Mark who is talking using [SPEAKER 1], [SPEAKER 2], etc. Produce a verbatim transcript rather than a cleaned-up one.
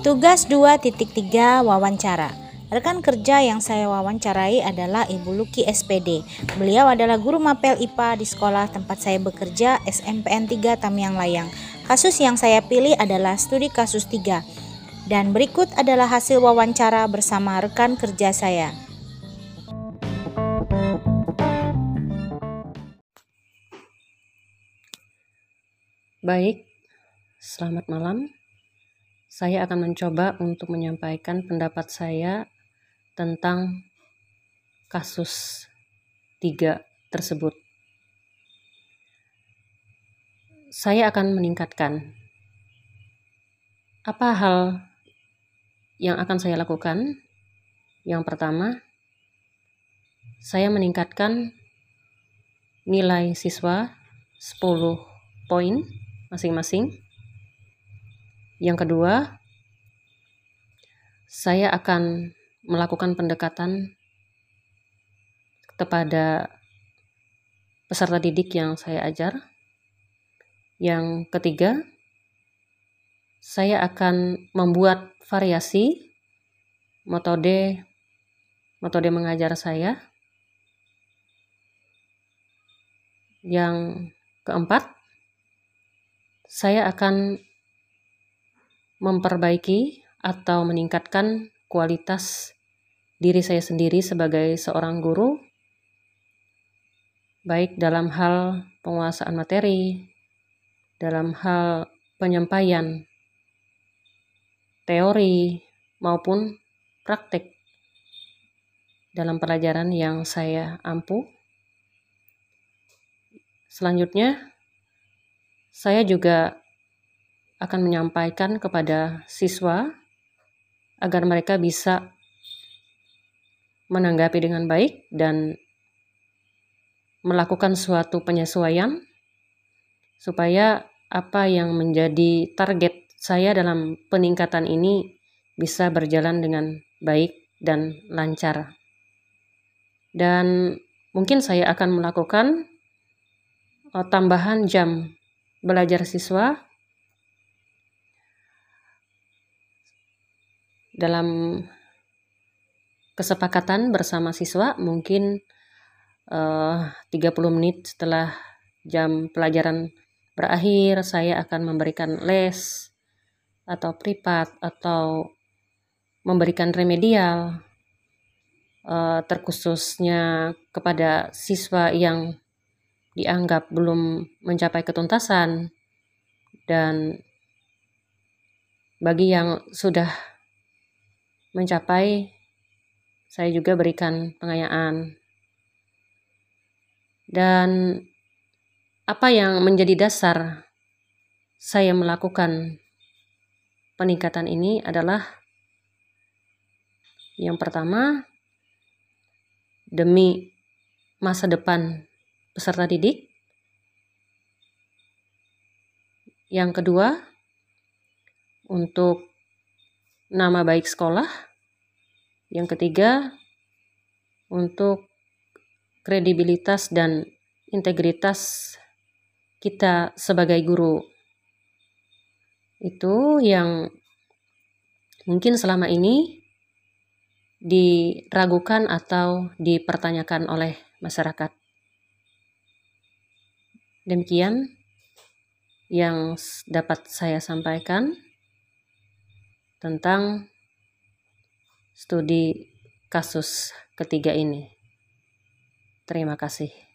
[SPEAKER 1] Tugas dua titik tiga wawancara. Rekan kerja yang saya wawancarai adalah Ibu Luki S P D. Beliau adalah guru mapel I P A di sekolah tempat saya bekerja, S M P N tiga Tamiang Layang. Kasus yang saya pilih adalah studi kasus tiga. Dan berikut adalah hasil wawancara bersama rekan kerja saya.
[SPEAKER 2] Baik, selamat malam. Saya akan mencoba untuk menyampaikan pendapat saya tentang kasus tiga tersebut. Saya akan meningkatkan apa hal yang akan saya lakukan. Yang pertama, saya meningkatkan nilai siswa sepuluh poin masing-masing. Yang kedua, saya akan melakukan pendekatan kepada peserta didik yang saya ajar. Yang ketiga, saya akan membuat variasi metode metode mengajar saya. Yang keempat, saya akan memperbaiki atau meningkatkan kualitas diri saya sendiri sebagai seorang guru, baik dalam hal penguasaan materi, dalam hal penyampaian teori maupun praktek dalam pelajaran yang saya ampu. Selanjutnya, saya juga akan menyampaikan kepada siswa agar mereka bisa menanggapi dengan baik dan melakukan suatu penyesuaian supaya apa yang menjadi target saya dalam peningkatan ini bisa berjalan dengan baik dan lancar. Dan mungkin saya akan melakukan uh, tambahan jam belajar siswa dalam kesepakatan bersama siswa. Mungkin uh, tiga puluh menit setelah jam pelajaran berakhir, saya akan memberikan les atau privat atau memberikan remedial, uh, terkhususnya kepada siswa yang dianggap belum mencapai ketuntasan, dan bagi yang sudah mencapai, saya juga berikan pengayaan. Dan apa yang menjadi dasar saya melakukan peningkatan ini adalah yang pertama, demi masa depan peserta didik. Yang kedua, untuk nama baik sekolah. Yang ketiga, untuk kredibilitas dan integritas kita sebagai guru. Itu yang mungkin selama ini diragukan atau dipertanyakan oleh masyarakat. Demikian yang dapat saya sampaikan tentang studi kasus ketiga ini. Terima kasih.